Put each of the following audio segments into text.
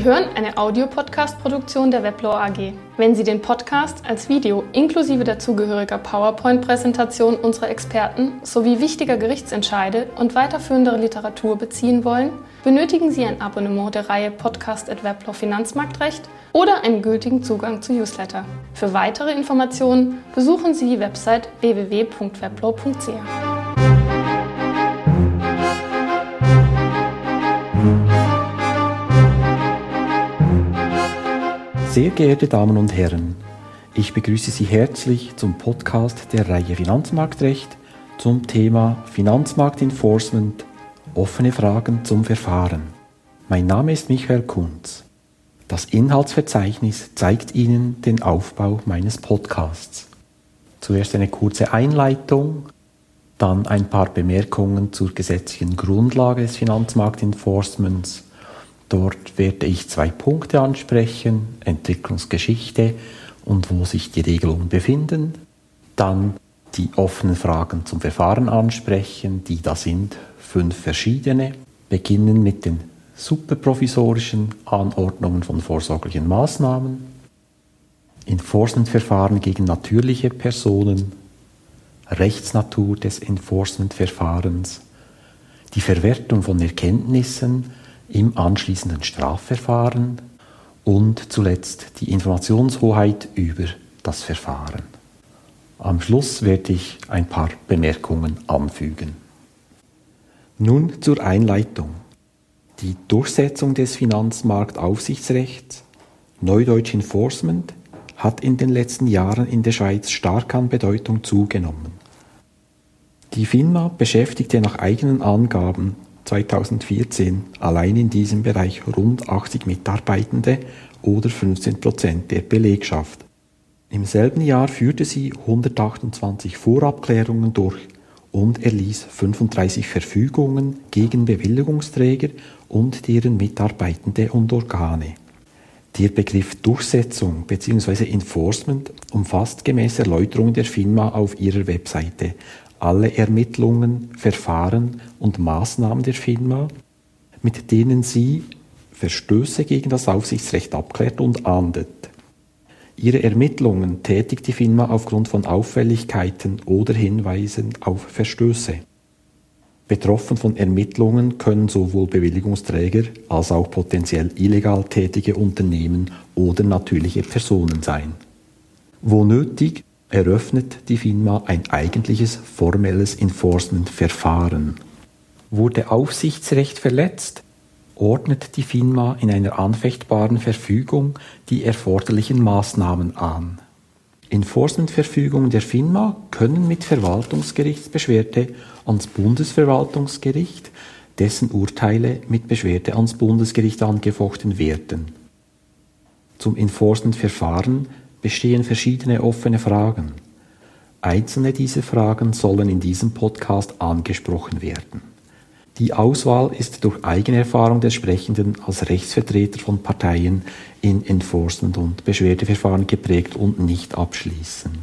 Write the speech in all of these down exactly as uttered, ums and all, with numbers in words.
Sie hören eine Audio-Podcast-Produktion der Weblaw A G. Wenn Sie den Podcast als Video inklusive dazugehöriger PowerPoint-Präsentation unserer Experten sowie wichtiger Gerichtsentscheide und weiterführendere Literatur beziehen wollen, benötigen Sie ein Abonnement der Reihe Podcast at Weblaw Finanzmarktrecht oder einen gültigen Zugang zu Newsletter. Für weitere Informationen besuchen Sie die Website w w w punkt weblaw punkt c h. Sehr geehrte Damen und Herren, ich begrüße Sie herzlich zum Podcast der Reihe Finanzmarktrecht zum Thema Finanzmarktenforcement, offene Fragen zum Verfahren. Mein Name ist Michael Kunz. Das Inhaltsverzeichnis zeigt Ihnen den Aufbau meines Podcasts. Zuerst eine kurze Einleitung, dann ein paar Bemerkungen zur gesetzlichen Grundlage des Finanzmarktenforcements. Dort werde ich zwei Punkte ansprechen, Entwicklungsgeschichte und wo sich die Regelungen befinden. Dann die offenen Fragen zum Verfahren ansprechen, die da sind, fünf verschiedene. Beginnen mit den superprovisorischen Anordnungen von vorsorglichen Maßnahmen, Enforcementverfahren gegen natürliche Personen, Rechtsnatur des Enforcementverfahrens, die Verwertung von Erkenntnissen im anschließenden Strafverfahren und zuletzt die Informationshoheit über das Verfahren. Am Schluss werde ich ein paar Bemerkungen anfügen. Nun zur Einleitung. Die Durchsetzung des Finanzmarktaufsichtsrechts, Neudeutsch Enforcement, hat in den letzten Jahren in der Schweiz stark an Bedeutung zugenommen. Die FINMA beschäftigte nach eigenen Angaben zweitausendvierzehn allein in diesem Bereich rund achtzig Mitarbeitende oder fünfzehn Prozent der Belegschaft. Im selben Jahr führte sie hundertachtundzwanzig Vorabklärungen durch und erließ fünfunddreißig Verfügungen gegen Bewilligungsträger und deren Mitarbeitende und Organe. Der Begriff Durchsetzung bzw. Enforcement umfasst gemäß Erläuterung der FINMA auf ihrer Webseite alle Ermittlungen, Verfahren und Maßnahmen der FINMA, mit denen sie Verstöße gegen das Aufsichtsrecht abklärt und ahndet. Ihre Ermittlungen tätigt die FINMA aufgrund von Auffälligkeiten oder Hinweisen auf Verstöße. Betroffen von Ermittlungen können sowohl Bewilligungsträger als auch potenziell illegal tätige Unternehmen oder natürliche Personen sein. Wo nötig, eröffnet die FINMA ein eigentliches formelles Enforcement-Verfahren. Wurde Aufsichtsrecht verletzt, ordnet die FINMA in einer anfechtbaren Verfügung die erforderlichen Maßnahmen an. Enforcement-Verfügungen der FINMA können mit Verwaltungsgerichtsbeschwerde ans Bundesverwaltungsgericht, dessen Urteile mit Beschwerde ans Bundesgericht angefochten werden. Zum Enforcement-Verfahren bestehen verschiedene offene Fragen. Einzelne dieser Fragen sollen in diesem Podcast angesprochen werden. Die Auswahl ist durch eigene Erfahrung des Sprechenden als Rechtsvertreter von Parteien in Enforcement- und Beschwerdeverfahren geprägt und nicht abschließend.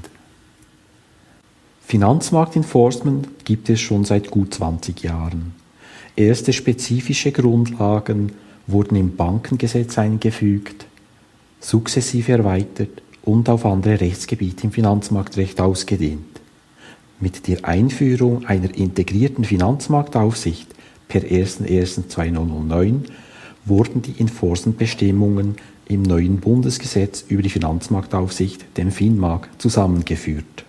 Finanzmarktenforcement gibt es schon seit gut zwanzig Jahren. Erste spezifische Grundlagen wurden im Bankengesetz eingefügt, sukzessive erweitert und auf andere Rechtsgebiete im Finanzmarktrecht ausgedehnt. Mit der Einführung einer integrierten Finanzmarktaufsicht per erster erster zweitausendneun wurden die Enforcement-Bestimmungen im neuen Bundesgesetz über die Finanzmarktaufsicht, dem FINMAG, zusammengeführt.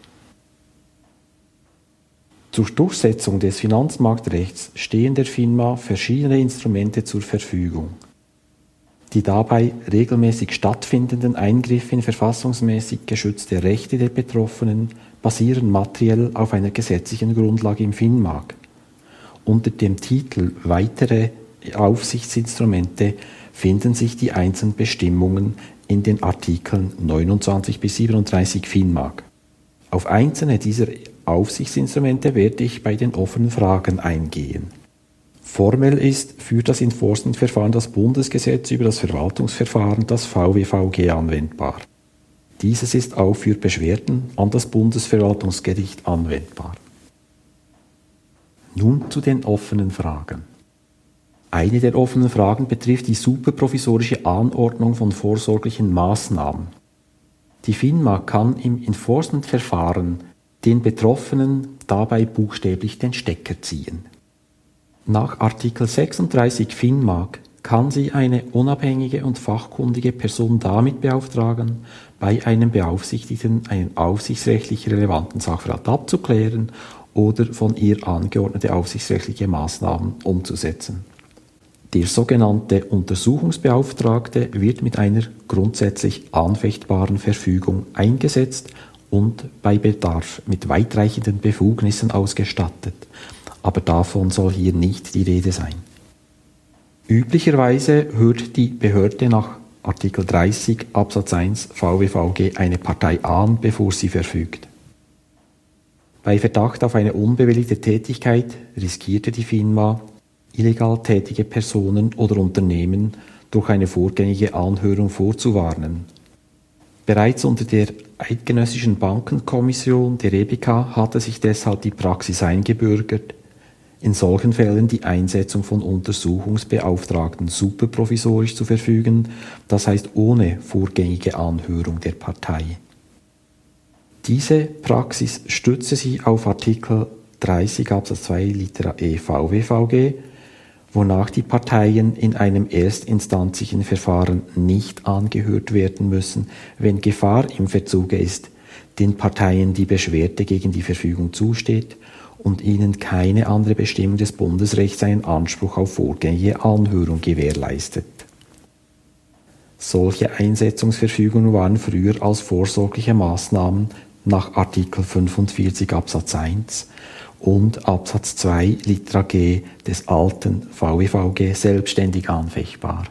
Zur Durchsetzung des Finanzmarktrechts stehen der FINMA verschiedene Instrumente zur Verfügung. Die dabei regelmäßig stattfindenden Eingriffe in verfassungsmäßig geschützte Rechte der Betroffenen basieren materiell auf einer gesetzlichen Grundlage im FINMAG. Unter dem Titel Weitere Aufsichtsinstrumente finden sich die einzelnen Bestimmungen in den Artikeln neunundzwanzig bis siebenunddreißig FINMAG. Auf einzelne dieser Aufsichtsinstrumente werde ich bei den offenen Fragen eingehen. Formell ist für das Enforcement-Verfahren das Bundesgesetz über das Verwaltungsverfahren, das V W V G, anwendbar. Dieses ist auch für Beschwerden an das Bundesverwaltungsgericht anwendbar. Nun zu den offenen Fragen. Eine der offenen Fragen betrifft die superprovisorische Anordnung von vorsorglichen Maßnahmen. Die FINMA kann im Enforcement-Verfahren den Betroffenen dabei buchstäblich den Stecker ziehen. Nach Artikel sechsunddreißig FINMAG kann sie eine unabhängige und fachkundige Person damit beauftragen, bei einem Beaufsichtigten einen aufsichtsrechtlich relevanten Sachverhalt abzuklären oder von ihr angeordnete aufsichtsrechtliche Maßnahmen umzusetzen. Der sogenannte Untersuchungsbeauftragte wird mit einer grundsätzlich anfechtbaren Verfügung eingesetzt und bei Bedarf mit weitreichenden Befugnissen ausgestattet, aber davon soll hier nicht die Rede sein. Üblicherweise hört die Behörde nach Artikel dreißig Absatz eins V W V G eine Partei an, bevor sie verfügt. Bei Verdacht auf eine unbewilligte Tätigkeit riskierte die FINMA, illegal tätige Personen oder Unternehmen durch eine vorgängige Anhörung vorzuwarnen. Bereits unter der Eidgenössischen Bankenkommission der E B K hatte sich deshalb die Praxis eingebürgert, in solchen Fällen die Einsetzung von Untersuchungsbeauftragten superprovisorisch zu verfügen, das heißt ohne vorgängige Anhörung der Partei. Diese Praxis stützte sich auf Artikel dreißig Absatz zwei Litera e V W V G, wonach die Parteien in einem erstinstanzlichen Verfahren nicht angehört werden müssen, wenn Gefahr im Verzuge ist, den Parteien die Beschwerde gegen die Verfügung zusteht und ihnen keine andere Bestimmung des Bundesrechts einen Anspruch auf vorgängige Anhörung gewährleistet. Solche Einsetzungsverfügungen waren früher als vorsorgliche Maßnahmen nach Artikel fünfundvierzig Absatz eins und Absatz zwei Litera G des alten V W V G selbstständig anfechtbar.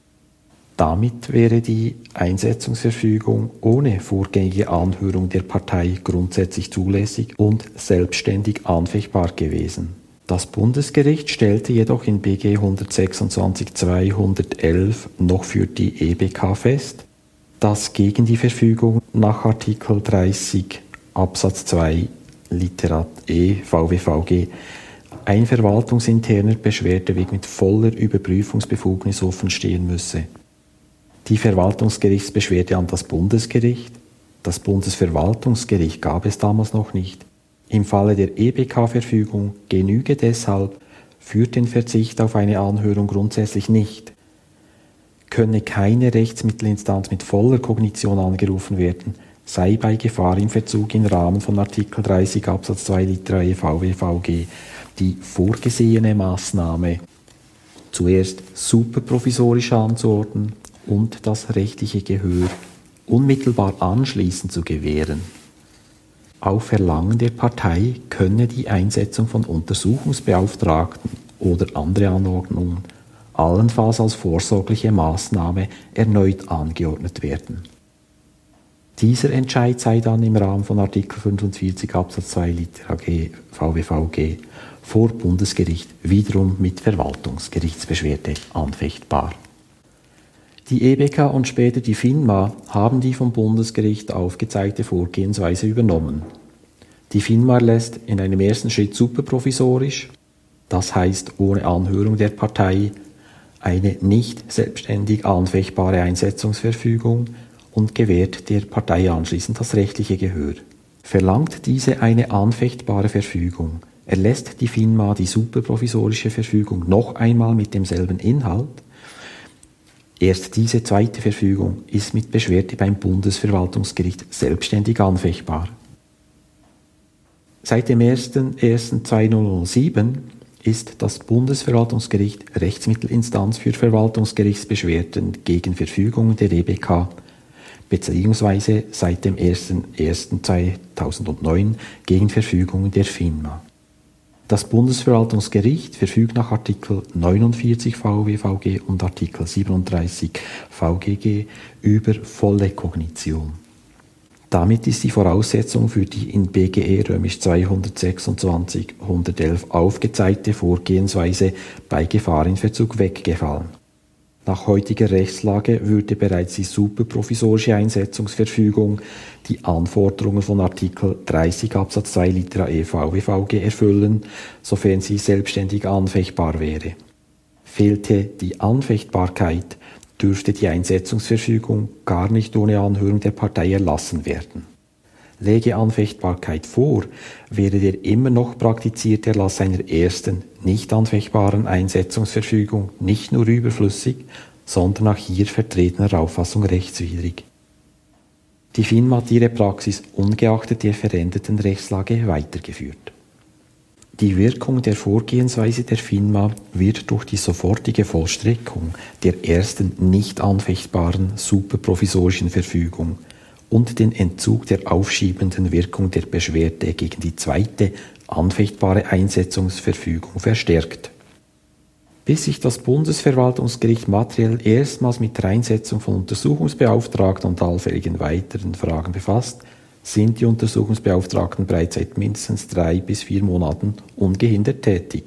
Damit wäre die Einsetzungsverfügung ohne vorgängige Anhörung der Partei grundsätzlich zulässig und selbstständig anfechtbar gewesen. Das Bundesgericht stellte jedoch in B G hundertsechsundzwanzig zweihundertelf noch für die E B K fest, dass gegen die Verfügung nach Artikel dreißig Absatz zwei Litera E V W V G ein verwaltungsinterner Beschwerdeweg mit voller Überprüfungsbefugnis offen stehen müsse. Die Verwaltungsgerichtsbeschwerde an das Bundesgericht, das Bundesverwaltungsgericht gab es damals noch nicht. Im Falle der E B K-Verfügung genüge deshalb für den Verzicht auf eine Anhörung grundsätzlich nicht. Könne keine Rechtsmittelinstanz mit voller Kognition angerufen werden, sei bei Gefahr im Verzug im Rahmen von Artikel dreißig Absatz zwei Litera e V W V G die vorgesehene Maßnahme zuerst superprovisorisch anzuordnen und das rechtliche Gehör unmittelbar anschließend zu gewähren. Auf Verlangen der Partei könne die Einsetzung von Untersuchungsbeauftragten oder andere Anordnungen allenfalls als vorsorgliche Maßnahme erneut angeordnet werden. Dieser Entscheid sei dann im Rahmen von Artikel fünfundvierzig Absatz zwei Litera G V W V G vor Bundesgericht wiederum mit Verwaltungsgerichtsbeschwerde anfechtbar. Die E B K und später die FINMA haben die vom Bundesgericht aufgezeigte Vorgehensweise übernommen. Die FINMA lässt in einem ersten Schritt superprovisorisch, das heißt ohne Anhörung der Partei, eine nicht selbstständig anfechtbare Einsetzungsverfügung und gewährt der Partei anschließend das rechtliche Gehör. Verlangt diese eine anfechtbare Verfügung, erlässt die FINMA die superprovisorische Verfügung noch einmal mit demselben Inhalt. Erst diese zweite Verfügung ist mit Beschwerde beim Bundesverwaltungsgericht selbstständig anfechtbar. Seit dem ersten ersten zweitausendsieben ist das Bundesverwaltungsgericht Rechtsmittelinstanz für Verwaltungsgerichtsbeschwerden gegen Verfügungen der E B K, beziehungsweise seit dem ersten ersten zweitausendneun gegen Verfügungen der FINMA. Das Bundesverwaltungsgericht verfügt nach Artikel neunundvierzig V W V G und Artikel siebenunddreißig V G G über volle Kognition. Damit ist die Voraussetzung für die in B G E römisch zweihundertsechsundzwanzig hundertelf aufgezeigte Vorgehensweise bei Gefahr in Verzug weggefallen. Nach heutiger Rechtslage würde bereits die superprovisorische Einsetzungsverfügung die Anforderungen von Artikel dreißig Absatz zwei Litera e V W V G erfüllen, sofern sie selbstständig anfechtbar wäre. Fehlte die Anfechtbarkeit, dürfte die Einsetzungsverfügung gar nicht ohne Anhörung der Partei erlassen werden. Läge Anfechtbarkeit vor, wäre der immer noch praktizierte Erlass einer ersten, nicht anfechtbaren Einsetzungsverfügung nicht nur überflüssig, sondern nach hier vertretener Auffassung rechtswidrig. Die FINMA hat ihre Praxis ungeachtet der veränderten Rechtslage weitergeführt. Die Wirkung der Vorgehensweise der FINMA wird durch die sofortige Vollstreckung der ersten nicht anfechtbaren superprovisorischen Verfügung und den Entzug der aufschiebenden Wirkung der Beschwerde gegen die zweite anfechtbare Einsetzungsverfügung verstärkt. Bis sich das Bundesverwaltungsgericht materiell erstmals mit der Einsetzung von Untersuchungsbeauftragten und allfälligen weiteren Fragen befasst, sind die Untersuchungsbeauftragten bereits seit mindestens drei bis vier Monaten ungehindert tätig.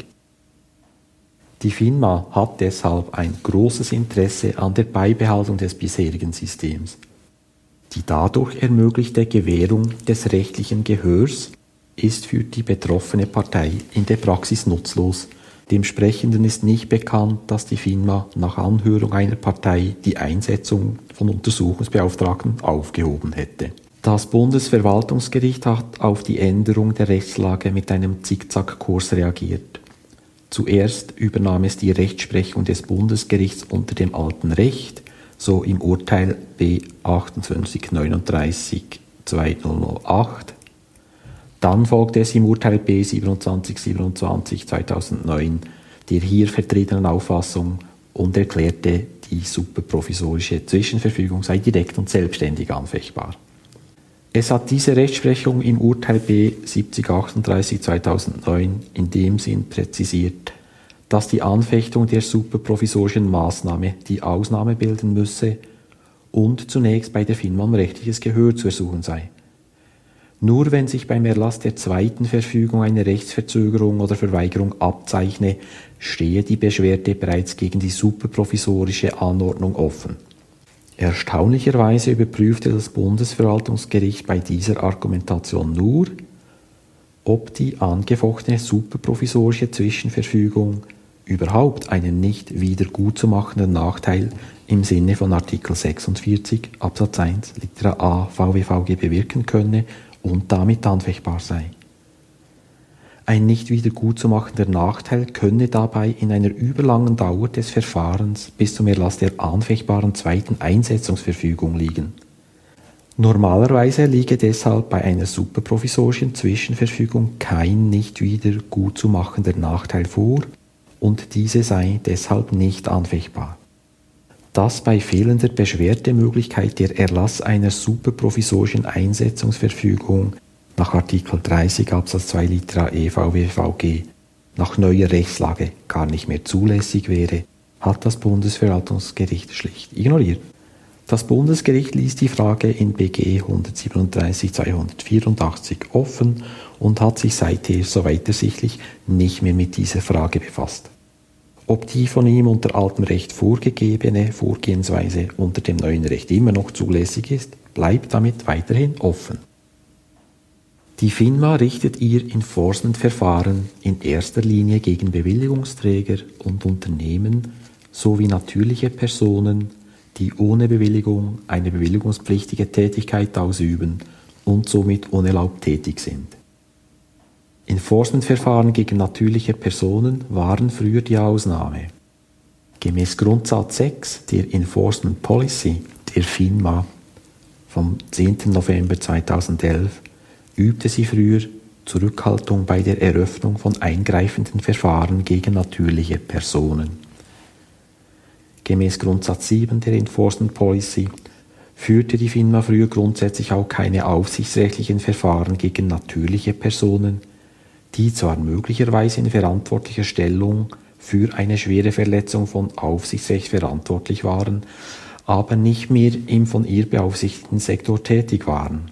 Die FINMA hat deshalb ein großes Interesse an der Beibehaltung des bisherigen Systems. Die dadurch ermöglichte Gewährung des rechtlichen Gehörs ist für die betroffene Partei in der Praxis nutzlos. Dem Sprechenden ist nicht bekannt, dass die FINMA nach Anhörung einer Partei die Einsetzung von Untersuchungsbeauftragten aufgehoben hätte. Das Bundesverwaltungsgericht hat auf die Änderung der Rechtslage mit einem Zickzackkurs reagiert. Zuerst übernahm es die Rechtsprechung des Bundesgerichts unter dem alten Recht, so im Urteil B achtundfünfzig neununddreißig zweitausendacht. Dann folgte es im Urteil B siebenundzwanzig siebenundzwanzig zweitausendneun der hier vertretenen Auffassung und erklärte, die superprovisorische Zwischenverfügung sei direkt und selbstständig anfechtbar. Es hat diese Rechtsprechung im Urteil B siebzig achtunddreißig zweitausendneun in dem Sinn präzisiert, dass die Anfechtung der superprovisorischen Maßnahme die Ausnahme bilden müsse und zunächst bei der FINMA um rechtliches Gehör zu ersuchen sei. Nur wenn sich beim Erlass der zweiten Verfügung eine Rechtsverzögerung oder Verweigerung abzeichne, stehe die Beschwerde bereits gegen die superprovisorische Anordnung offen. Erstaunlicherweise überprüfte das Bundesverwaltungsgericht bei dieser Argumentation nur, ob die angefochtene superprovisorische Zwischenverfügung überhaupt einen nicht wiedergutzumachenden Nachteil im Sinne von Artikel sechsundvierzig Absatz eins Litera a V W V G bewirken könne und damit anfechtbar sei. Ein nicht wiedergutzumachender Nachteil könne dabei in einer überlangen Dauer des Verfahrens bis zum Erlass der anfechtbaren zweiten Einsetzungsverfügung liegen. Normalerweise liege deshalb bei einer superprovisorischen Zwischenverfügung kein nicht wiedergutzumachender Nachteil vor und diese sei deshalb nicht anfechtbar. Dass bei fehlender Beschwerdemöglichkeit der Erlass einer superprovisorischen Einsetzungsverfügung nach Artikel dreißig Absatz zwei Litera e V W V G nach neuer Rechtslage gar nicht mehr zulässig wäre, hat das Bundesverwaltungsgericht schlicht ignoriert. Das Bundesgericht ließ die Frage in B G hundertsiebenunddreißig zweihundertvierundachtzig offen und hat sich seither, soweit ersichtlich, nicht mehr mit dieser Frage befasst. Ob die von ihm unter altem Recht vorgegebene Vorgehensweise unter dem neuen Recht immer noch zulässig ist, bleibt damit weiterhin offen. Die FINMA richtet ihr Enforcement-Verfahren in erster Linie gegen Bewilligungsträger und Unternehmen sowie natürliche Personen, die ohne Bewilligung eine bewilligungspflichtige Tätigkeit ausüben und somit unerlaubt tätig sind. Enforcement-Verfahren gegen natürliche Personen waren früher die Ausnahme. Gemäß Grundsatz sechs der Enforcement Policy der FINMA vom zehnten November zweitausendelf übte sie früher Zurückhaltung bei der Eröffnung von eingreifenden Verfahren gegen natürliche Personen. Gemäß Grundsatz sieben der Enforcement Policy führte die FINMA früher grundsätzlich auch keine aufsichtsrechtlichen Verfahren gegen natürliche Personen, die zwar möglicherweise in verantwortlicher Stellung für eine schwere Verletzung von Aufsichtsrecht verantwortlich waren, aber nicht mehr im von ihr beaufsichtigten Sektor tätig waren.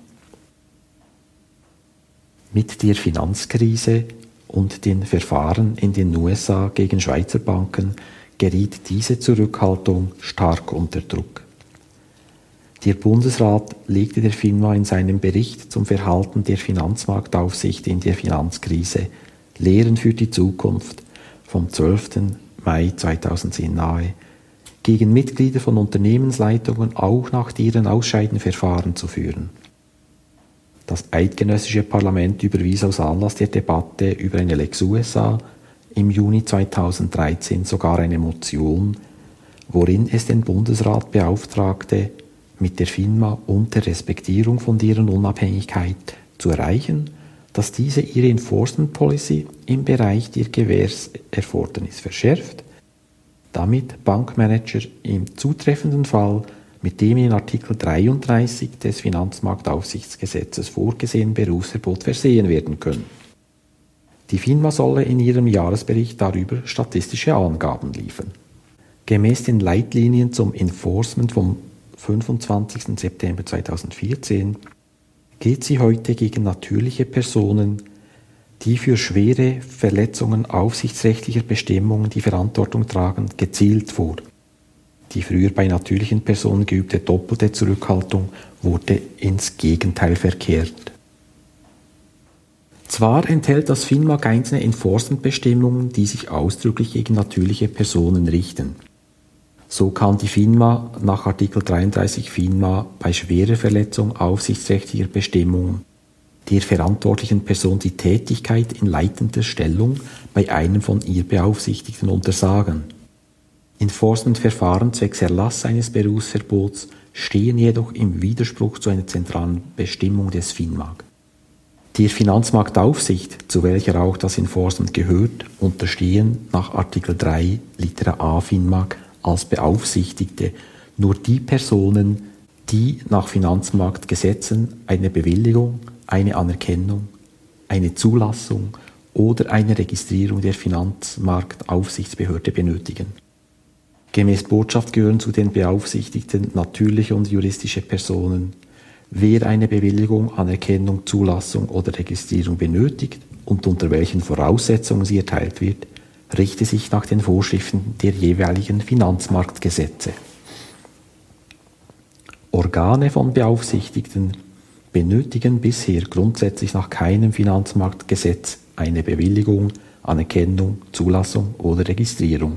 Mit der Finanzkrise und den Verfahren in den U S A gegen Schweizer Banken geriet diese Zurückhaltung stark unter Druck. Der Bundesrat legte der FINMA in seinem Bericht zum Verhalten der Finanzmarktaufsicht in der Finanzkrise Lehren für die Zukunft vom zwölften Mai zweitausendzehn nahe, gegen Mitglieder von Unternehmensleitungen auch nach deren Ausscheiden Verfahren zu führen. Das eidgenössische Parlament überwies aus Anlass der Debatte über eine Lex U S A im Juni zweitausenddreizehn sogar eine Motion, worin es den Bundesrat beauftragte, mit der FINMA unter Respektierung von deren Unabhängigkeit zu erreichen, dass diese ihre Enforcement Policy im Bereich der Gewährserfordernis verschärft, damit Bankmanager im zutreffenden Fall mit dem in Artikel dreiunddreißig des Finanzmarktaufsichtsgesetzes vorgesehenen Berufsverbot versehen werden können. Die FINMA solle in ihrem Jahresbericht darüber statistische Angaben liefern. Gemäß den Leitlinien zum Enforcement vom fünfundzwanzigsten September zweitausendvierzehn geht sie heute gegen natürliche Personen, die für schwere Verletzungen aufsichtsrechtlicher Bestimmungen die Verantwortung tragen, gezielt vor. Die früher bei natürlichen Personen geübte doppelte Zurückhaltung wurde ins Gegenteil verkehrt. Zwar enthält das FINMAG einzelne Enforcement-Bestimmungen, die sich ausdrücklich gegen natürliche Personen richten. So kann die FINMA nach Artikel dreiunddreißig FINMA bei schwerer Verletzung aufsichtsrechtlicher Bestimmungen der verantwortlichen Person die Tätigkeit in leitender Stellung bei einem von ihr Beaufsichtigten untersagen. Enforcement-Verfahren zwecks Erlass eines Berufsverbots stehen jedoch im Widerspruch zu einer zentralen Bestimmung des FINMAG. Der Finanzmarktaufsicht, zu welcher auch das Enforcement gehört, unterstehen nach Artikel drei Litera a FINMAG als Beaufsichtigte nur die Personen, die nach Finanzmarktgesetzen eine Bewilligung, eine Anerkennung, eine Zulassung oder eine Registrierung der Finanzmarktaufsichtsbehörde benötigen. Gemäß Botschaft gehören zu den Beaufsichtigten natürliche und juristische Personen. Wer eine Bewilligung, Anerkennung, Zulassung oder Registrierung benötigt und unter welchen Voraussetzungen sie erteilt wird, richte sich nach den Vorschriften der jeweiligen Finanzmarktgesetze. Organe von Beaufsichtigten benötigen bisher grundsätzlich nach keinem Finanzmarktgesetz eine Bewilligung, Anerkennung, Zulassung oder Registrierung.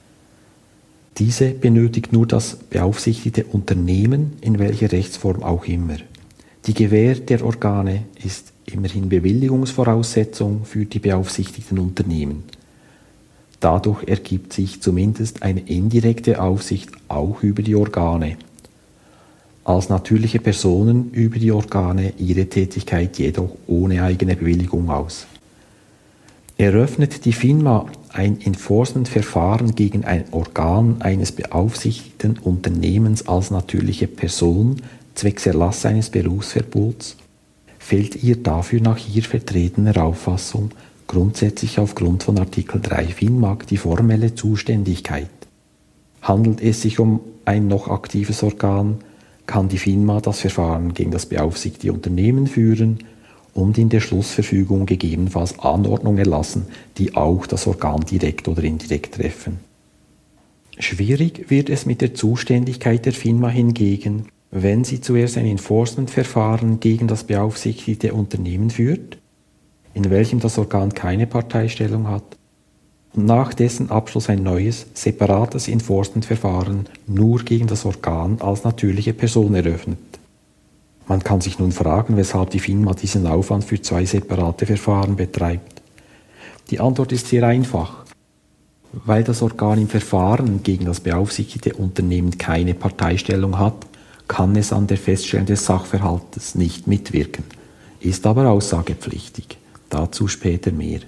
Diese benötigt nur das beaufsichtigte Unternehmen, in welcher Rechtsform auch immer. Die Gewähr der Organe ist immerhin Bewilligungsvoraussetzung für die beaufsichtigten Unternehmen. Dadurch ergibt sich zumindest eine indirekte Aufsicht auch über die Organe. Als natürliche Personen üben die Organe ihre Tätigkeit jedoch ohne eigene Bewilligung aus. Eröffnet die FINMA ein Enforcement-Verfahren gegen ein Organ eines beaufsichtigten Unternehmens als natürliche Person zwecks Erlass eines Berufsverbots, fällt ihr dafür nach hier vertretener Auffassung grundsätzlich aufgrund von Artikel drei FINMAG die formelle Zuständigkeit. Handelt es sich um ein noch aktives Organ, kann die FINMA das Verfahren gegen das beaufsichtigte Unternehmen führen und in der Schlussverfügung gegebenenfalls Anordnungen erlassen, die auch das Organ direkt oder indirekt treffen. Schwierig wird es mit der Zuständigkeit der FINMA hingegen, wenn sie zuerst ein Enforcement-Verfahren gegen das beaufsichtigte Unternehmen führt, in welchem das Organ keine Parteistellung hat, und nach dessen Abschluss ein neues, separates Enforcement-Verfahren nur gegen das Organ als natürliche Person eröffnet. Man kann sich nun fragen, weshalb die FINMA diesen Aufwand für zwei separate Verfahren betreibt. Die Antwort ist sehr einfach. Weil das Organ im Verfahren gegen das beaufsichtigte Unternehmen keine Parteistellung hat, kann es an der Feststellung des Sachverhaltes nicht mitwirken, ist aber aussagepflichtig. Dazu später mehr.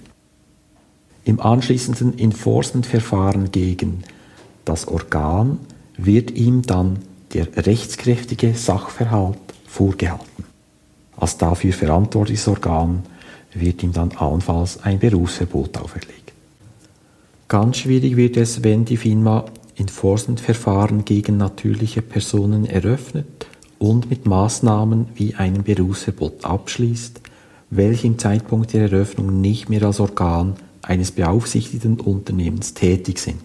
Im anschließenden Enforcement-Verfahren gegen das Organ wird ihm dann der rechtskräftige Sachverhalt vorgehalten. Als dafür verantwortliches Organ wird ihm dann allenfalls ein Berufsverbot auferlegt. Ganz schwierig wird es, wenn die FINMA Enforcement-Verfahren gegen natürliche Personen eröffnet und mit Maßnahmen wie einem Berufsverbot abschließt, welche im Zeitpunkt der Eröffnung nicht mehr als Organ eines beaufsichtigten Unternehmens tätig sind.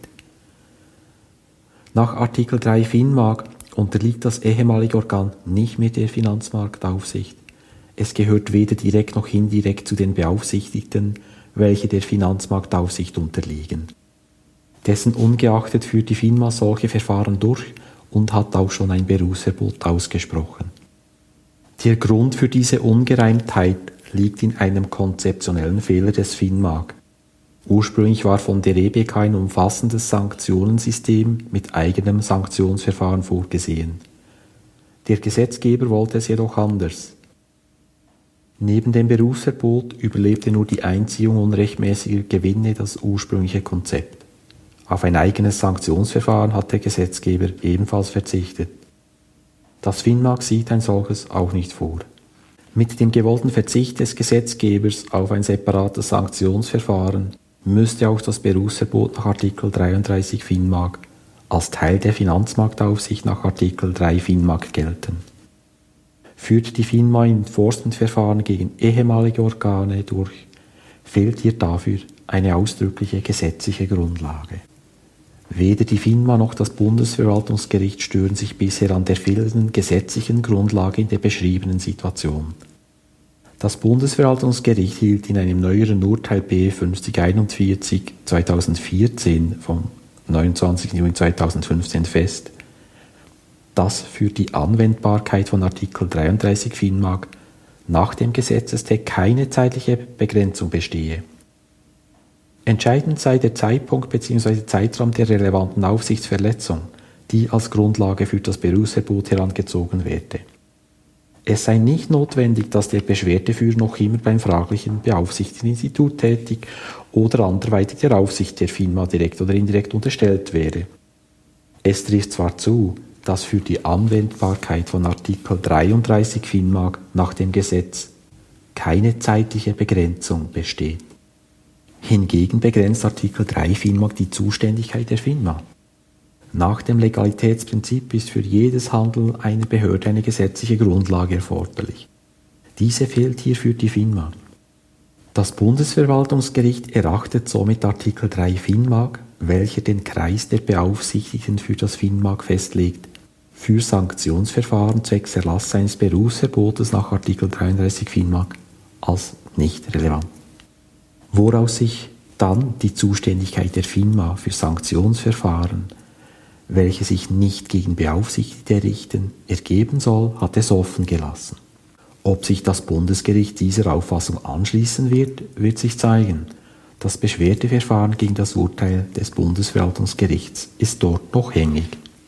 Nach Artikel drei FINMAG unterliegt das ehemalige Organ nicht mehr der Finanzmarktaufsicht. Es gehört weder direkt noch indirekt zu den Beaufsichtigten, welche der Finanzmarktaufsicht unterliegen. Dessen ungeachtet führt die FINMA solche Verfahren durch und hat auch schon ein Berufsverbot ausgesprochen. Der Grund für diese Ungereimtheit liegt in einem konzeptionellen Fehler des FINMAG. Ursprünglich war von der E B K ein umfassendes Sanktionensystem mit eigenem Sanktionsverfahren vorgesehen. Der Gesetzgeber wollte es jedoch anders. Neben dem Berufsverbot überlebte nur die Einziehung unrechtmäßiger Gewinne das ursprüngliche Konzept. Auf ein eigenes Sanktionsverfahren hat der Gesetzgeber ebenfalls verzichtet. Das FINMAG sieht ein solches auch nicht vor. Mit dem gewollten Verzicht des Gesetzgebers auf ein separates Sanktionsverfahren müsste auch das Berufsverbot nach Artikel dreiunddreißig FINMAG als Teil der Finanzmarktaufsicht nach Artikel drei FINMAG gelten. Führt die FINMA Enforcementverfahren gegen ehemalige Organe durch, fehlt ihr dafür eine ausdrückliche gesetzliche Grundlage. Weder die FINMA noch das Bundesverwaltungsgericht stören sich bisher an der fehlenden gesetzlichen Grundlage in der beschriebenen Situation. Das Bundesverwaltungsgericht hielt in einem neueren Urteil B fünfzig einundvierzig zweitausendvierzehn vom neunundzwanzigsten Juni zweitausendfünfzehn fest, dass für die Anwendbarkeit von Artikel dreiunddreißig FINMAG nach dem Gesetzestext keine zeitliche Begrenzung bestehe. Entscheidend sei der Zeitpunkt bzw. Zeitraum der relevanten Aufsichtsverletzung, die als Grundlage für das Berufsverbot herangezogen werde. Es sei nicht notwendig, dass der Beschwerdeführer noch immer beim fraglichen beaufsichtigten Institut tätig oder anderweitig der Aufsicht der FINMA direkt oder indirekt unterstellt wäre. Es trifft zwar zu, dass für die Anwendbarkeit von Artikel dreiunddreißig FINMAG nach dem Gesetz keine zeitliche Begrenzung besteht. Hingegen begrenzt Artikel drei FINMAG die Zuständigkeit der FINMA. Nach dem Legalitätsprinzip ist für jedes Handeln einer Behörde eine gesetzliche Grundlage erforderlich. Diese fehlt hier für die FINMA. Das Bundesverwaltungsgericht erachtet somit Artikel drei FINMAG, welcher den Kreis der Beaufsichtigten für das FINMAG festlegt, für Sanktionsverfahren zwecks Erlass eines Berufsverbotes nach Artikel dreiunddreißig FINMAG als nicht relevant. Woraus sich dann die Zuständigkeit der FINMA für Sanktionsverfahren, welche sich nicht gegen Beaufsichtigte richten, ergeben soll, hat es offen gelassen. Ob sich das Bundesgericht dieser Auffassung anschließen wird, wird sich zeigen. Das Beschwerdeverfahren gegen das Urteil des Bundesverwaltungsgerichts ist dort noch hängig.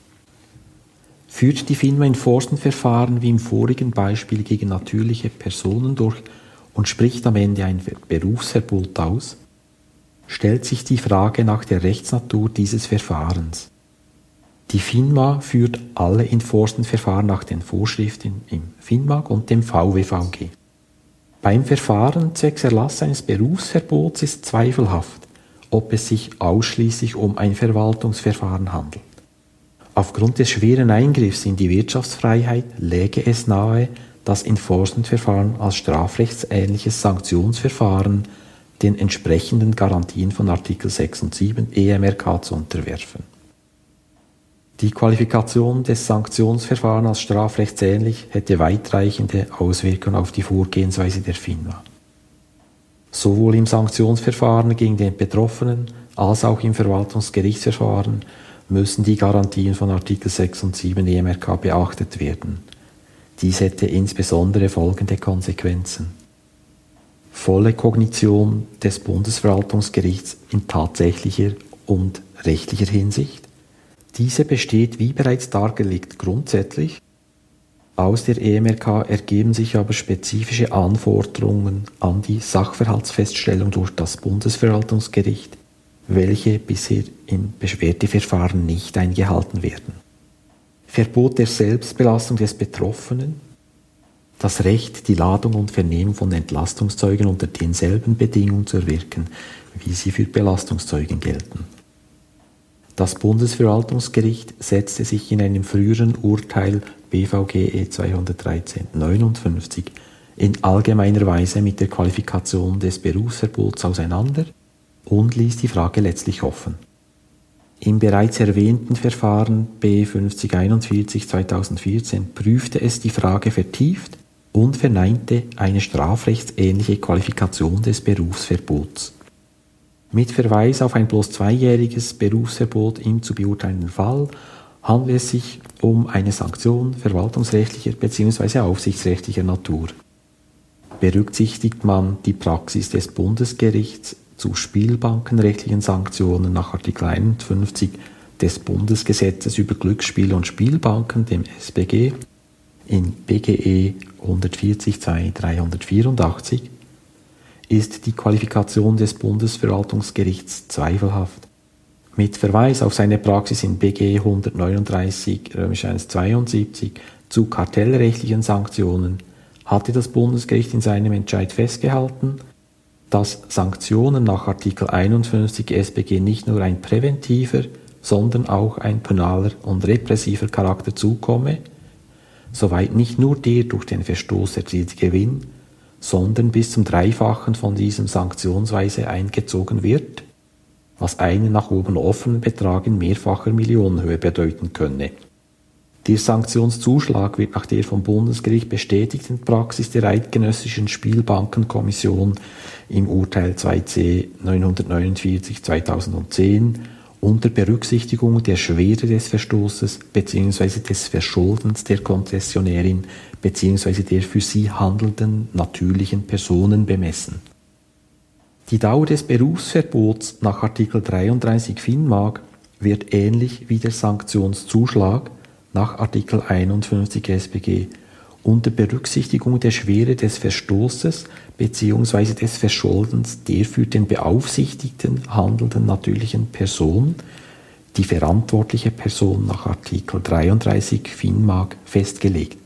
Führt die FINMA Enforcementverfahren wie im vorigen Beispiel gegen natürliche Personen durch und spricht am Ende ein Berufsverbot aus, stellt sich die Frage nach der Rechtsnatur dieses Verfahrens. Die FINMA führt alle Enforcementverfahren nach den Vorschriften im FINMAG und dem V W V G. Beim Verfahren zwecks Erlass eines Berufsverbots ist zweifelhaft, ob es sich ausschließlich um ein Verwaltungsverfahren handelt. Aufgrund des schweren Eingriffs in die Wirtschaftsfreiheit läge es nahe, das Enforcementverfahren als strafrechtsähnliches Sanktionsverfahren den entsprechenden Garantien von Artikel sechs und sieben E M R K zu unterwerfen. Die Qualifikation des Sanktionsverfahrens als strafrechtsähnlich hätte weitreichende Auswirkungen auf die Vorgehensweise der FINMA. Sowohl im Sanktionsverfahren gegen den Betroffenen als auch im Verwaltungsgerichtsverfahren müssen die Garantien von Artikel sechs und sieben E M R K beachtet werden. Dies hätte insbesondere folgende Konsequenzen: volle Kognition des Bundesverwaltungsgerichts in tatsächlicher und rechtlicher Hinsicht. Diese besteht, wie bereits dargelegt, grundsätzlich. Aus der E M R K ergeben sich aber spezifische Anforderungen an die Sachverhaltsfeststellung durch das Bundesverwaltungsgericht, welche bisher im Beschwerdeverfahren nicht eingehalten werden. Verbot der Selbstbelastung des Betroffenen, das Recht, die Ladung und Vernehmung von Entlastungszeugen unter denselben Bedingungen zu erwirken, wie sie für Belastungszeugen gelten. Das Bundesverwaltungsgericht setzte sich in einem früheren Urteil B V G E zweihundertdreizehn neunundfünfzig in allgemeiner Weise mit der Qualifikation des Berufsverbots auseinander und ließ die Frage letztlich offen. Im bereits erwähnten Verfahren B fünfzig einundvierzig zweitausendvierzehn prüfte es die Frage vertieft und verneinte eine strafrechtsähnliche Qualifikation des Berufsverbots. Mit Verweis auf ein bloß zweijähriges Berufsverbot im zu beurteilenden Fall handelt es sich um eine Sanktion verwaltungsrechtlicher bzw. aufsichtsrechtlicher Natur. Berücksichtigt man die Praxis des Bundesgerichts zu spielbankenrechtlichen Sanktionen nach Artikel einundfünfzig des Bundesgesetzes über Glücksspiele und Spielbanken, dem S B G, in B G E hundertvierzig zwei dreihundertvierundachtzig, ist die Qualifikation des Bundesverwaltungsgerichts zweifelhaft. Mit Verweis auf seine Praxis in B G hundertneununddreißig eins zweiundsiebzig zu kartellrechtlichen Sanktionen hatte das Bundesgericht in seinem Entscheid festgehalten, dass Sanktionen nach Artikel einundfünfzig S B G nicht nur ein präventiver, sondern auch ein penaler und repressiver Charakter zukomme, soweit nicht nur der durch den Verstoß erzielte Gewinn, sondern bis zum Dreifachen von diesem sanktionsweise eingezogen wird, was einen nach oben offenen Betrag in mehrfacher Millionenhöhe bedeuten könne. Der Sanktionszuschlag wird nach der vom Bundesgericht bestätigten Praxis der Eidgenössischen Spielbankenkommission im Urteil zwei C neunhundertneunundvierzig zweitausendzehn unter Berücksichtigung der Schwere des Verstoßes bzw. des Verschuldens der Konzessionärin bzw. der für sie handelnden natürlichen Personen bemessen. Die Dauer des Berufsverbots nach Artikel dreiunddreißig FINMAG wird ähnlich wie der Sanktionszuschlag nach Artikel einundfünfzig S B G unter Berücksichtigung der Schwere des Verstoßes bzw. des Verschuldens der für den Beaufsichtigten handelnden natürlichen Person, die verantwortliche Person nach Artikel dreiunddreißig FINMAG, festgelegt.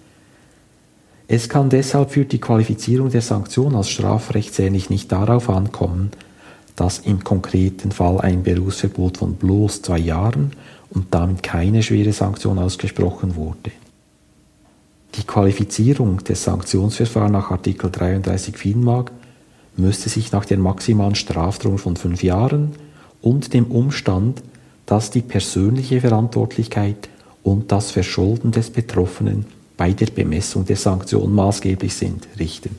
Es kann deshalb für die Qualifizierung der Sanktion als strafrechtsähnlich nicht darauf ankommen, dass im konkreten Fall ein Berufsverbot von bloß zwei Jahren und damit keine schwere Sanktion ausgesprochen wurde. Die Qualifizierung des Sanktionsverfahrens nach Artikel dreiunddreißig FINMAG müsste sich nach der maximalen Strafdrohung von fünf Jahren und dem Umstand, dass die persönliche Verantwortlichkeit und das Verschulden des Betroffenen bei der Bemessung der Sanktion maßgeblich sind, richten.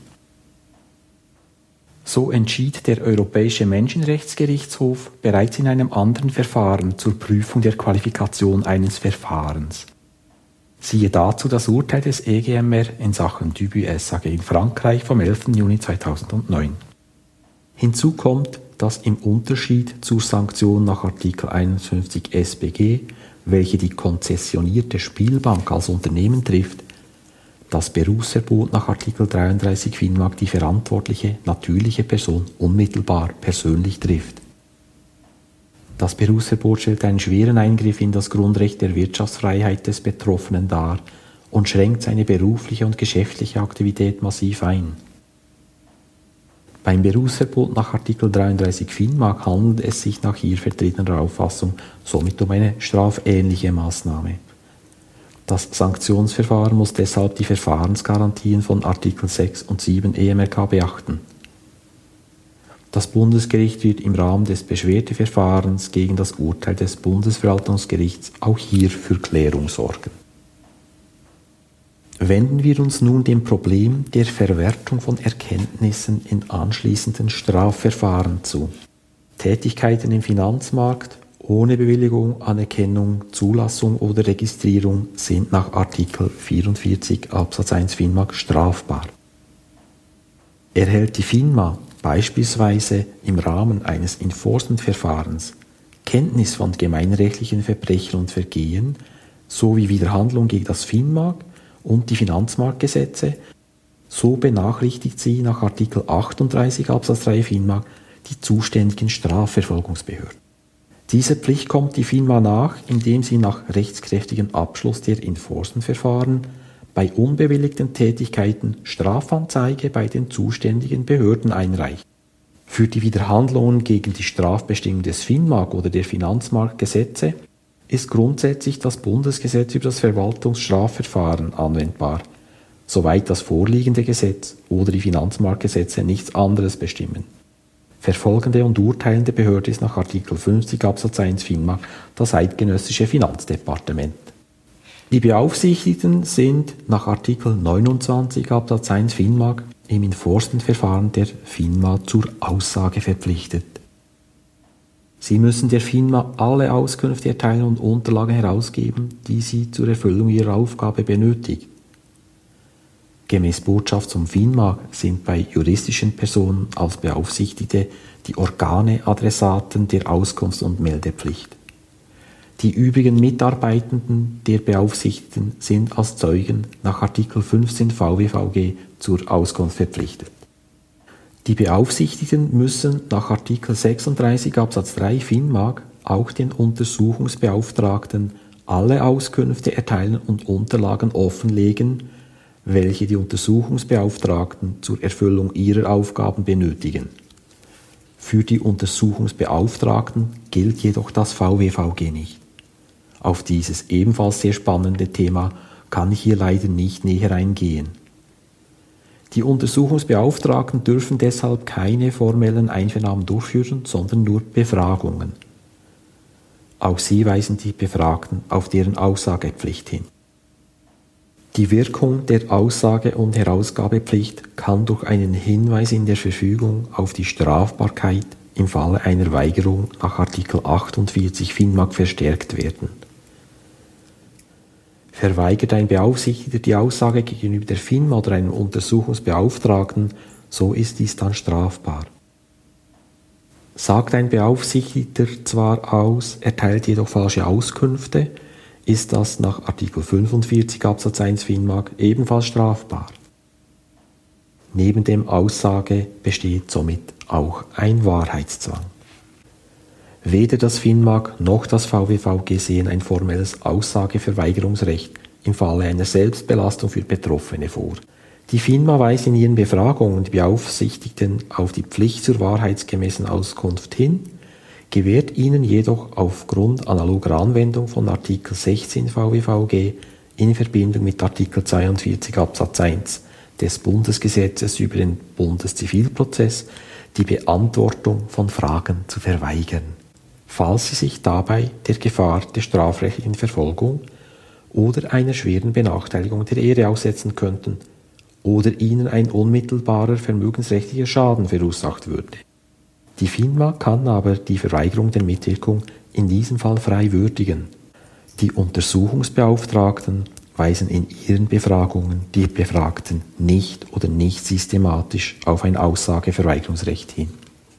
So entschied der Europäische Menschenrechtsgerichtshof bereits in einem anderen Verfahren zur Prüfung der Qualifikation eines Verfahrens. Siehe dazu das Urteil des E G M R in Sachen Dubuis S A G in Frankreich vom elften Juni zweitausendneun. Hinzu kommt, dass im Unterschied zur Sanktion nach Artikel einundfünfzig S B G, welche die konzessionierte Spielbank als Unternehmen trifft, das Berufsverbot nach Artikel dreiunddreißig FINMAG die verantwortliche natürliche Person unmittelbar persönlich trifft. Das Berufsverbot stellt einen schweren Eingriff in das Grundrecht der Wirtschaftsfreiheit des Betroffenen dar und schränkt seine berufliche und geschäftliche Aktivität massiv ein. Beim Berufsverbot nach Artikel dreiunddreißig FINMAG handelt es sich nach hier vertretener Auffassung somit um eine strafähnliche Maßnahme. Das Sanktionsverfahren muss deshalb die Verfahrensgarantien von Artikel sechs und sieben E M R K beachten. Das Bundesgericht wird im Rahmen des Beschwerdeverfahrens gegen das Urteil des Bundesverwaltungsgerichts auch hier für Klärung sorgen. Wenden wir uns nun dem Problem der Verwertung von Erkenntnissen in anschließenden Strafverfahren zu. Tätigkeiten im Finanzmarkt ohne Bewilligung, Anerkennung, Zulassung oder Registrierung sind nach Artikel vierundvierzig Absatz eins FINMAG strafbar. Erhält die FINMA beispielsweise im Rahmen eines Enforcement-Verfahrens Kenntnis von gemeinrechtlichen Verbrechen und Vergehen sowie Widerhandlung gegen das FINMAG und die Finanzmarktgesetze, so benachrichtigt sie nach Artikel achtunddreißig Absatz drei FINMAG die zuständigen Strafverfolgungsbehörden. Dieser Pflicht kommt die FINMA nach, indem sie nach rechtskräftigem Abschluss der Enforcement-Verfahren bei unbewilligten Tätigkeiten Strafanzeige bei den zuständigen Behörden einreicht. Für die Widerhandlungen gegen die Strafbestimmung des FINMAG oder der Finanzmarktgesetze ist grundsätzlich das Bundesgesetz über das Verwaltungsstrafverfahren anwendbar, soweit das vorliegende Gesetz oder die Finanzmarktgesetze nichts anderes bestimmen. Verfolgende und urteilende Behörde ist nach Artikel fünfzig Absatz eins FINMAG das Eidgenössische Finanzdepartement. Die Beaufsichtigten sind nach Artikel neunundzwanzig Absatz eins FINMAG im Enforcement-Verfahren der FINMA zur Aussage verpflichtet. Sie müssen der FINMA alle Auskünfte erteilen und Unterlagen herausgeben, die sie zur Erfüllung ihrer Aufgabe benötigt. Gemäß Botschaft zum FINMA sind bei juristischen Personen als Beaufsichtigte die Organe Adressaten der Auskunfts- und Meldepflicht. Die übrigen Mitarbeitenden der Beaufsichtigten sind als Zeugen nach Artikel fünfzehn V W V G zur Auskunft verpflichtet. Die Beaufsichtigten müssen nach Artikel sechsunddreißig Absatz drei FINMA auch den Untersuchungsbeauftragten alle Auskünfte erteilen und Unterlagen offenlegen, welche die Untersuchungsbeauftragten zur Erfüllung ihrer Aufgaben benötigen. Für die Untersuchungsbeauftragten gilt jedoch das V W V G nicht. Auf dieses ebenfalls sehr spannende Thema kann ich hier leider nicht näher eingehen. Die Untersuchungsbeauftragten dürfen deshalb keine formellen Einvernahmen durchführen, sondern nur Befragungen. Auch sie weisen die Befragten auf deren Aussagepflicht hin. Die Wirkung der Aussage- und Herausgabepflicht kann durch einen Hinweis in der Verfügung auf die Strafbarkeit im Falle einer Weigerung nach Artikel achtundvierzig FINMA verstärkt werden. Verweigert ein Beaufsichtigter die Aussage gegenüber der FINMA oder einem Untersuchungsbeauftragten, so ist dies dann strafbar. Sagt ein Beaufsichtigter zwar aus, erteilt jedoch falsche Auskünfte, ist das nach Artikel fünfundvierzig Absatz eins FINMA ebenfalls strafbar. Neben dem Aussage besteht somit auch ein Wahrheitszwang. Weder das FINMA noch das V W V G sehen ein formelles Aussageverweigerungsrecht im Falle einer Selbstbelastung für Betroffene vor. Die FINMA weist in ihren Befragungen die Beaufsichtigten auf die Pflicht zur wahrheitsgemäßen Auskunft hin, gewährt ihnen jedoch aufgrund analoger Anwendung von Artikel sechzehn V W V G in Verbindung mit Artikel zweiundvierzig Absatz eins des Bundesgesetzes über den Bundeszivilprozess die Beantwortung von Fragen zu verweigern, falls sie sich dabei der Gefahr der strafrechtlichen Verfolgung oder einer schweren Benachteiligung der Ehre aussetzen könnten oder ihnen ein unmittelbarer vermögensrechtlicher Schaden verursacht würde. Die FINMA kann aber die Verweigerung der Mitwirkung in diesem Fall frei würdigen. Die Untersuchungsbeauftragten weisen in ihren Befragungen die Befragten nicht oder nicht systematisch auf ein Aussageverweigerungsrecht hin.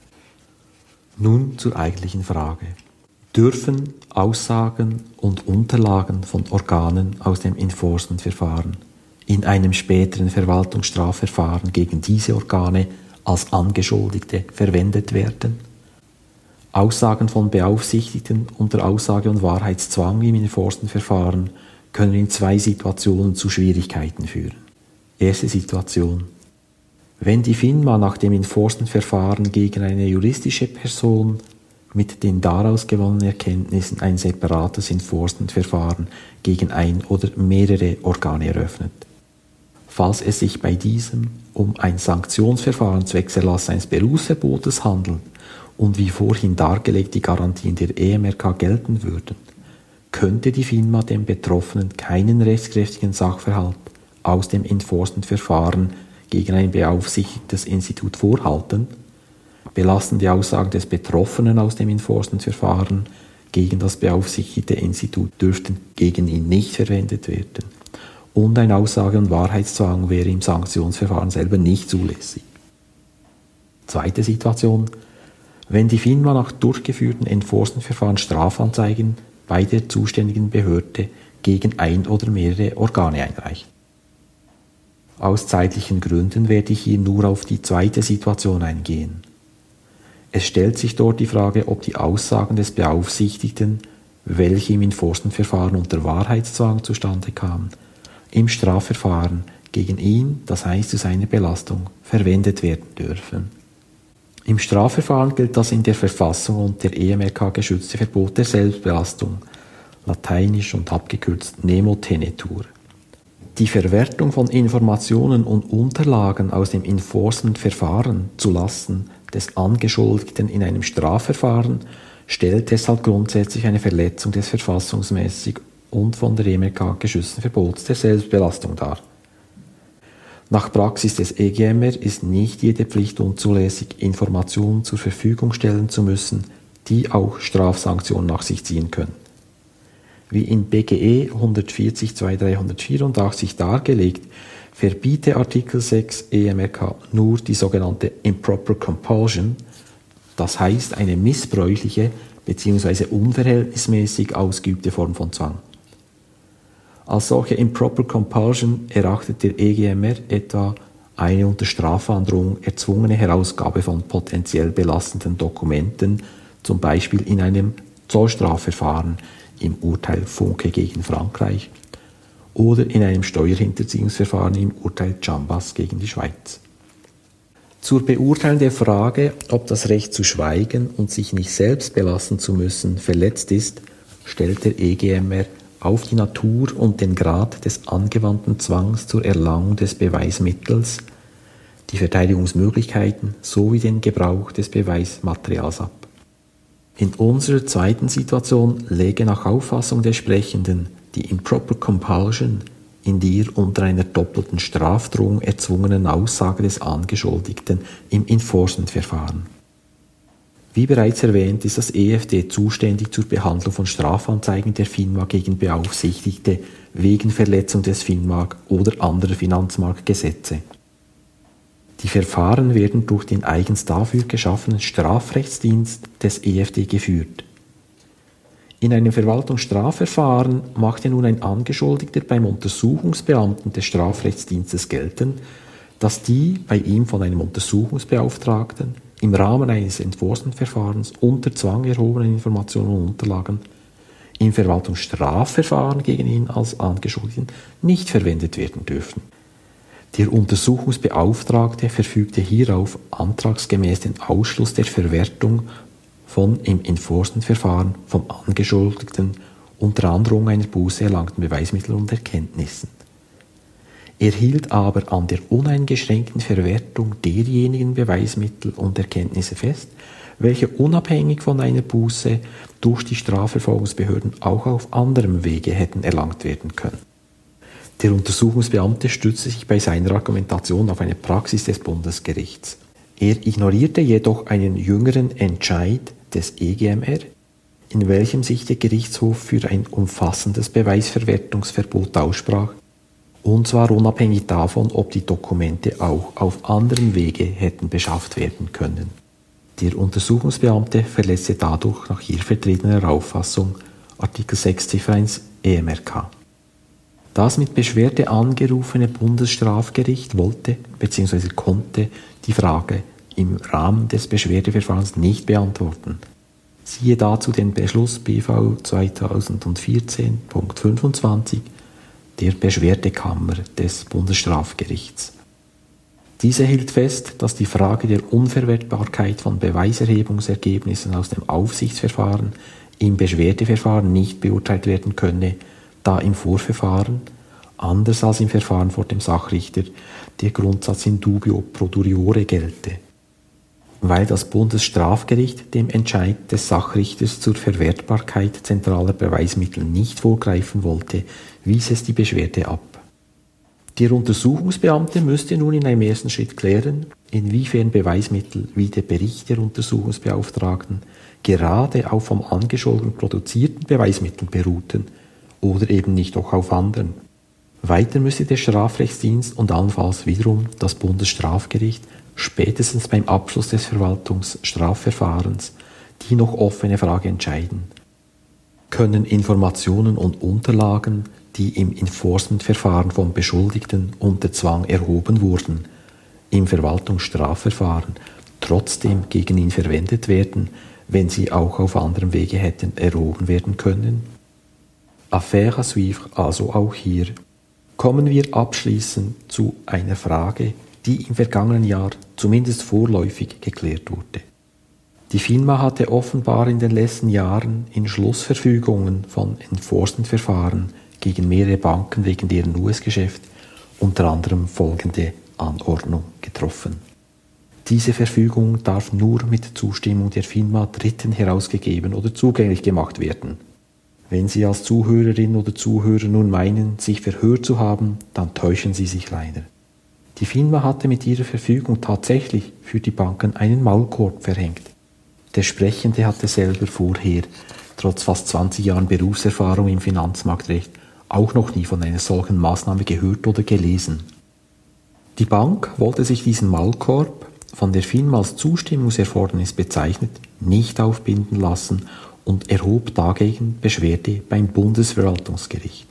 Nun zur eigentlichen Frage. Dürfen Aussagen und Unterlagen von Organen aus dem Enforcement-Verfahren in einem späteren Verwaltungsstrafverfahren gegen diese Organe als Angeschuldigte verwendet werden? Aussagen von Beaufsichtigten unter Aussage- und Wahrheitszwang im Enforcement-Verfahren können in zwei Situationen zu Schwierigkeiten führen. Erste Situation. Wenn die FINMA nach dem Enforcement-Verfahren gegen eine juristische Person mit den daraus gewonnenen Erkenntnissen ein separates Enforcement-Verfahren gegen ein oder mehrere Organe eröffnet. Falls es sich bei diesem um ein Sanktionsverfahren zwecks Erlass eines Berufsverbotes handelt und wie vorhin dargelegt die Garantien der E M R K gelten würden, könnte die FINMA dem Betroffenen keinen rechtskräftigen Sachverhalt aus dem Enforcement-Verfahren gegen ein beaufsichtigtes Institut vorhalten. Belastende Aussagen des Betroffenen aus dem Enforcement-Verfahren gegen das beaufsichtigte Institut dürften gegen ihn nicht verwendet werden. Und ein Aussage- und Wahrheitszwang wäre im Sanktionsverfahren selber nicht zulässig. Zweite Situation. Wenn die FINMA nach durchgeführten Enforcement-Verfahren Strafanzeigen bei der zuständigen Behörde gegen ein oder mehrere Organe einreicht. Aus zeitlichen Gründen werde ich hier nur auf die zweite Situation eingehen. Es stellt sich dort die Frage, ob die Aussagen des Beaufsichtigten, welche im Enforcement-Verfahren unter Wahrheitszwang zustande kamen, im Strafverfahren gegen ihn, das heißt zu seiner Belastung, verwendet werden dürfen. Im Strafverfahren gilt das in der Verfassung und der E M R K geschützte Verbot der Selbstbelastung, lateinisch und abgekürzt Nemo tenetur. Die Verwertung von Informationen und Unterlagen aus dem Enforcement-Verfahren zulasten des Angeschuldigten in einem Strafverfahren stellt deshalb grundsätzlich eine Verletzung des verfassungsmäßig und von der E M R K geschützten Verbots der Selbstbelastung dar. Nach Praxis des E G M R ist nicht jede Pflicht unzulässig, Informationen zur Verfügung stellen zu müssen, die auch Strafsanktionen nach sich ziehen können. Wie in B G E hundertvierzig Punkt zweitausenddreihundertvierundachtzig dargelegt, verbiete Artikel sechs E M R K nur die sogenannte Improper Compulsion, das heißt eine missbräuchliche bzw. unverhältnismäßig ausgeübte Form von Zwang. Als solche Improper Compulsion erachtet der E G M R etwa eine unter Strafandrohung erzwungene Herausgabe von potenziell belastenden Dokumenten, zum Beispiel in einem Zollstrafverfahren im Urteil Funke gegen Frankreich oder in einem Steuerhinterziehungsverfahren im Urteil Chambas gegen die Schweiz. Zur Beurteilung der Frage, ob das Recht zu schweigen und sich nicht selbst belasten zu müssen verletzt ist, stellt der E G M R auf die Natur und den Grad des angewandten Zwangs zur Erlangung des Beweismittels, die Verteidigungsmöglichkeiten sowie den Gebrauch des Beweismaterials ab. In unserer zweiten Situation läge nach Auffassung der Sprechenden die Improper Compulsion in der unter einer doppelten Strafdrohung erzwungenen Aussage des Angeschuldigten im Enforcement-Verfahren. Wie bereits erwähnt, ist das E F D zuständig zur Behandlung von Strafanzeigen der FINMA gegen Beaufsichtigte wegen Verletzung des FINMAG oder anderer Finanzmarktgesetze. Die Verfahren werden durch den eigens dafür geschaffenen Strafrechtsdienst des E F D geführt. In einem Verwaltungsstrafverfahren machte nun ein Angeschuldigter beim Untersuchungsbeamten des Strafrechtsdienstes geltend, dass die bei ihm von einem Untersuchungsbeauftragten im Rahmen eines Enforcement-Verfahrens unter Zwang erhobenen Informationen und Unterlagen im Verwaltungsstrafverfahren gegen ihn als Angeschuldigten nicht verwendet werden dürfen. Der Untersuchungsbeauftragte verfügte hierauf antragsgemäß den Ausschluss der Verwertung von im Enforcement-Verfahren vom Angeschuldigten unter Androhung einer Buße erlangten Beweismitteln und Erkenntnissen. Er hielt aber an der uneingeschränkten Verwertung derjenigen Beweismittel und Erkenntnisse fest, welche unabhängig von einer Buße durch die Strafverfolgungsbehörden auch auf anderem Wege hätten erlangt werden können. Der Untersuchungsbeamte stützte sich bei seiner Argumentation auf eine Praxis des Bundesgerichts. Er ignorierte jedoch einen jüngeren Entscheid des E G M R, in welchem sich der Gerichtshof für ein umfassendes Beweisverwertungsverbot aussprach, und zwar unabhängig davon, ob die Dokumente auch auf anderem Wege hätten beschafft werden können. Der Untersuchungsbeamte verletzte dadurch nach hier vertretener Auffassung Artikel sechs Ziffer eins E M R K. Das mit Beschwerde angerufene Bundesstrafgericht wollte bzw. konnte die Frage im Rahmen des Beschwerdeverfahrens nicht beantworten. Siehe dazu den Beschluss B V zweitausendvierzehn Punkt fünfundzwanzig der Beschwerdekammer des Bundesstrafgerichts. Diese hielt fest, dass die Frage der Unverwertbarkeit von Beweiserhebungsergebnissen aus dem Aufsichtsverfahren im Beschwerdeverfahren nicht beurteilt werden könne, da im Vorverfahren, anders als im Verfahren vor dem Sachrichter, der Grundsatz in dubio pro duriore gelte. Weil das Bundesstrafgericht dem Entscheid des Sachrichters zur Verwertbarkeit zentraler Beweismittel nicht vorgreifen wollte, wies es die Beschwerde ab. Der Untersuchungsbeamte müsste nun in einem ersten Schritt klären, inwiefern Beweismittel wie der Bericht der Untersuchungsbeauftragten gerade auf vom Angeschuldigten produzierten Beweismitteln beruhten oder eben nicht auch auf anderen. Weiter müsste der Strafrechtsdienst und allenfalls wiederum das Bundesstrafgericht spätestens beim Abschluss des Verwaltungsstrafverfahrens die noch offene Frage entscheiden. Können Informationen und Unterlagen, die im Enforcement-Verfahren vom Beschuldigten unter Zwang erhoben wurden, im Verwaltungsstrafverfahren trotzdem gegen ihn verwendet werden, wenn sie auch auf anderem Wege hätten erhoben werden können? Affaire à suivre also auch hier. Kommen wir abschließend zu einer Frage, die im vergangenen Jahr zumindest vorläufig geklärt wurde. Die FINMA hatte offenbar in den letzten Jahren in Schlussverfügungen von Enforcement-Verfahren gegen mehrere Banken wegen deren U S-Geschäft unter anderem folgende Anordnung getroffen. Diese Verfügung darf nur mit Zustimmung der FINMA Dritten herausgegeben oder zugänglich gemacht werden. Wenn Sie als Zuhörerin oder Zuhörer nun meinen, sich verhört zu haben, dann täuschen Sie sich leider. Die FINMA hatte mit ihrer Verfügung tatsächlich für die Banken einen Maulkorb verhängt. Der Sprechende hatte selber vorher, trotz fast zwanzig Jahren Berufserfahrung im Finanzmarktrecht, auch noch nie von einer solchen Maßnahme gehört oder gelesen. Die Bank wollte sich diesen Maulkorb, von der FINMA als Zustimmungserfordernis bezeichnet, nicht aufbinden lassen und erhob dagegen Beschwerde beim Bundesverwaltungsgericht.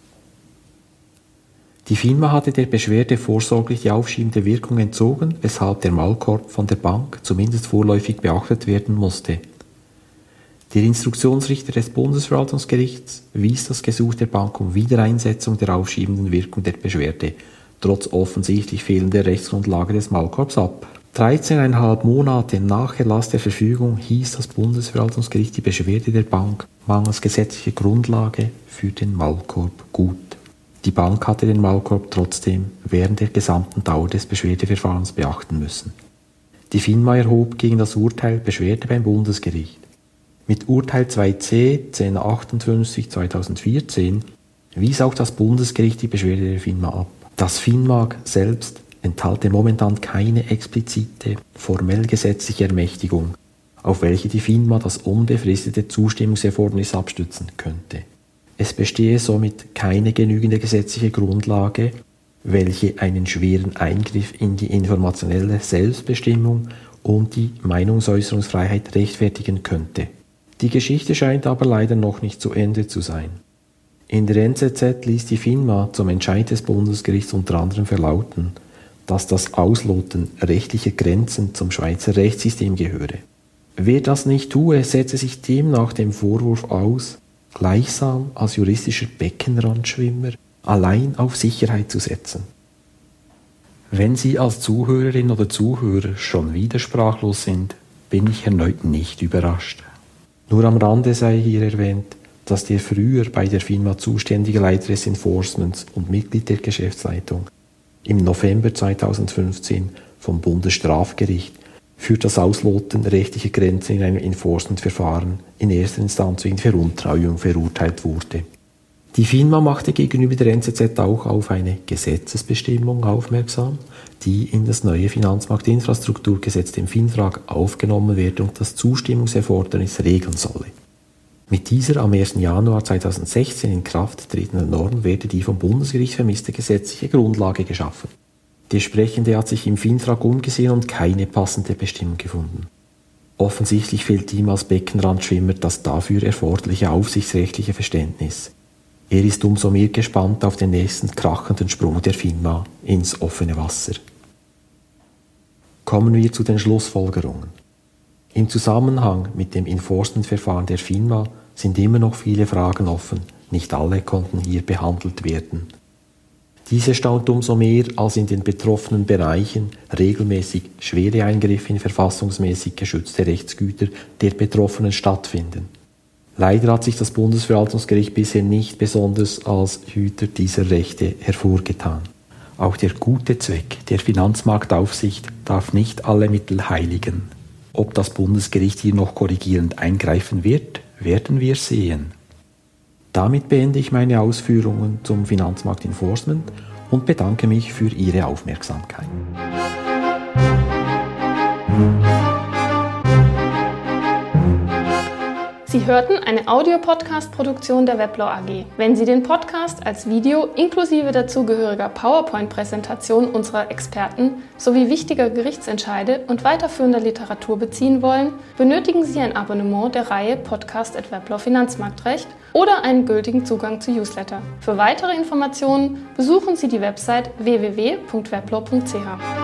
Die FINMA hatte der Beschwerde vorsorglich die aufschiebende Wirkung entzogen, weshalb der Maulkorb von der Bank zumindest vorläufig beachtet werden musste. Der Instruktionsrichter des Bundesverwaltungsgerichts wies das Gesuch der Bank um Wiedereinsetzung der aufschiebenden Wirkung der Beschwerde, trotz offensichtlich fehlender Rechtsgrundlage des Maulkorbs ab. dreizehneinhalb Monate nach Erlass der Verfügung hieß das Bundesverwaltungsgericht die Beschwerde der Bank mangels gesetzlicher Grundlage für den Maulkorb gut. Die Bank hatte den Maulkorb trotzdem während der gesamten Dauer des Beschwerdeverfahrens beachten müssen. Die FINMA erhob gegen das Urteil Beschwerde beim Bundesgericht. Mit Urteil zwei c zehn achtundfünfzig zweitausendvierzehn wies auch das Bundesgericht die Beschwerde der FINMA ab. Das FINMAG selbst enthalte momentan keine explizite, formell gesetzliche Ermächtigung, auf welche die FINMA das unbefristete Zustimmungserfordernis abstützen könnte. Es bestehe somit keine genügende gesetzliche Grundlage, welche einen schweren Eingriff in die informationelle Selbstbestimmung und die Meinungsäußerungsfreiheit rechtfertigen könnte. Die Geschichte scheint aber leider noch nicht zu Ende zu sein. In der N Z Z ließ die FINMA zum Entscheid des Bundesgerichts unter anderem verlauten, dass das Ausloten rechtlicher Grenzen zum Schweizer Rechtssystem gehöre. Wer das nicht tue, setze sich demnach dem Vorwurf aus, gleichsam als juristischer Beckenrandschwimmer allein auf Sicherheit zu setzen. Wenn Sie als Zuhörerin oder Zuhörer schon wieder sprachlos sind, bin ich erneut nicht überrascht. Nur am Rande sei hier erwähnt, dass der früher bei der FINMA zuständige Leiter des Enforcements und Mitglied der Geschäftsleitung im November zweitausendfünfzehn vom Bundesstrafgericht für das Ausloten rechtlicher Grenzen in einem Enforcement-Verfahren in erster Instanz wegen Veruntreuung verurteilt wurde. Die FINMA machte gegenüber der N Z Z auch auf eine Gesetzesbestimmung aufmerksam, die in das neue Finanzmarktinfrastrukturgesetz, dem FINFRAG, aufgenommen werde und das Zustimmungserfordernis regeln solle. Mit dieser am ersten Januar zweitausendsechzehn in Kraft tretenden Norm werde die vom Bundesgericht vermisste gesetzliche Grundlage geschaffen. Der Sprechende hat sich im FINFRAG umgesehen und keine passende Bestimmung gefunden. Offensichtlich fehlt ihm als Beckenrandschwimmer das dafür erforderliche aufsichtsrechtliche Verständnis. Er ist umso mehr gespannt auf den nächsten krachenden Sprung der FINMA ins offene Wasser. Kommen wir zu den Schlussfolgerungen. Im Zusammenhang mit dem Enforcement-Verfahren der FINMA sind immer noch viele Fragen offen, nicht alle konnten hier behandelt werden. Diese staunt umso mehr, als in den betroffenen Bereichen regelmäßig schwere Eingriffe in verfassungsmäßig geschützte Rechtsgüter der Betroffenen stattfinden. Leider hat sich das Bundesverwaltungsgericht bisher nicht besonders als Hüter dieser Rechte hervorgetan. Auch der gute Zweck der Finanzmarktaufsicht darf nicht alle Mittel heiligen. Ob das Bundesgericht hier noch korrigierend eingreifen wird, werden wir sehen. Damit beende ich meine Ausführungen zum Finanzmarkt-Enforcement und bedanke mich für Ihre Aufmerksamkeit. Sie hörten eine Audio-Podcast-Produktion der Weblaw A G. Wenn Sie den Podcast als Video inklusive dazugehöriger PowerPoint-Präsentation unserer Experten sowie wichtiger Gerichtsentscheide und weiterführender Literatur beziehen wollen, benötigen Sie ein Abonnement der Reihe Podcast at Weblaw Finanzmarktrecht oder einen gültigen Zugang zu Newsletter. Für weitere Informationen besuchen Sie die Website w w w punkt weblaw punkt c h.